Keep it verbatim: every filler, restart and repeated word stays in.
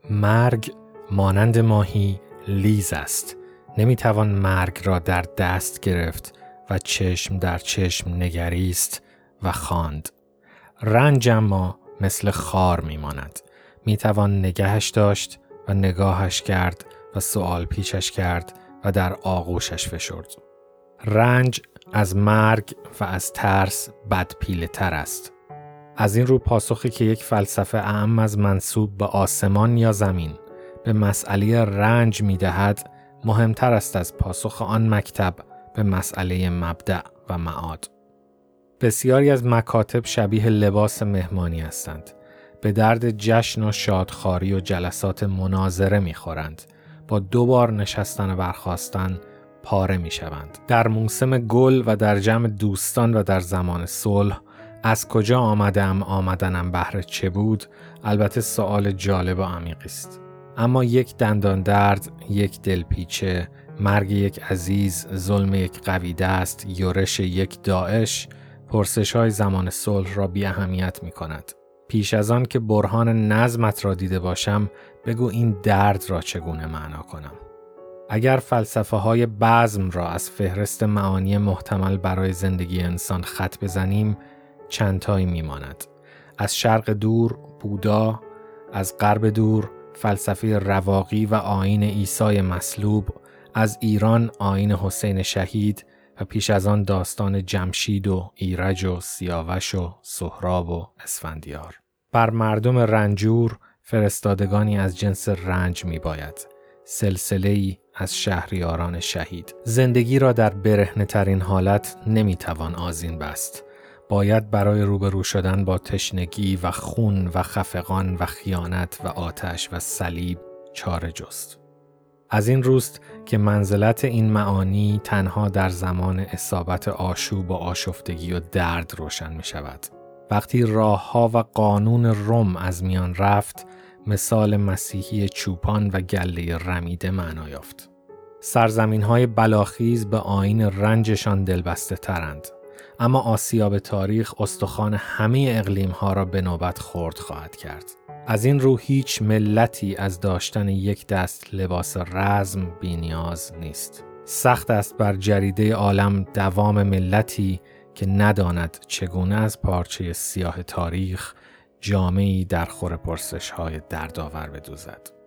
مرگ مانند ماهی لیز است. نمیتوان مرگ را در دست گرفت و چشم در چشم نگریست و خواند. رنج اما مثل خار میماند. میتوان نگهش داشت و نگاهش کرد و سؤال پیچش کرد و در آغوشش فشرد. رنج از مرگ و از ترس بدپیله تر است. از این رو پاسخی که یک فلسفه اعم از منسوب به آسمان یا زمین به مسئله رنج می‌دهد مهمتر است از پاسخ آن مکتب به مسئله مبدأ و معاد. بسیاری از مکاتب شبیه لباس مهمانی هستند. به درد جشن و شادخواری و جلسات مناظره می‌خورند. با دو بار نشستن و برخاستن پاره می‌شوند. در موسم گل و در جمع دوستان و در زمان صلح از کجا آمدم آمدنم بهر چه بود؟ البته سوال جالب و عمیقی است. اما یک دندان درد، یک دلپیچه، مرگ یک عزیز، ظلم یک قوی دست، یورش یک داعش، پرسش‌های زمان صلح را بی اهمیت می کند. پیش از آن که برهان نظمت را دیده باشم، بگو این درد را چگونه معنا کنم. اگر فلسفه های بزم را از فهرست معانی محتمل برای زندگی انسان خط بزنیم، چند تایی میماند. از شرق دور بودا، از غرب دور فلسفه رواقی و آیین عیسی مصلوب، از ایران آیین حسین شهید و پیش از آن داستان جمشید و ایرج و سیاوش و سهراب و اسفندیار. بر مردم رنجور فرستادگانی از جنس رنج می باید. سلسله‌ای از شهریاران شهید. زندگی را در برهنه ترین حالت نمی توان آذین بست. باید برای روبرو شدن با تشنگی و خون و خفقان و خیانت و آتش و صلیب چاره جست. از این روست که منزلت این معانی تنها در زمان اصابت آشوب و آشفتگی و درد روشن می شود. وقتی راه‌ها و قانون روم از میان رفت، مثال مسیحی چوپان و گله رمیده معنا یافت. سرزمین‌های بلاخیز به آیین رنجشان دلبسته ترند. اما آسیاب تاریخ استخوان همه اقلیم‌ها را به نوبت خرد خواهد کرد. از این رو هیچ ملتی از داشتن یک دست لباس رزم بی‌نیاز نیست. سخت است بر جریده عالم دوام ملتی که نداند چگونه از پارچه سیاه تاریخ جامه‌ای در خور پرسش‌های دردآور بدوزد.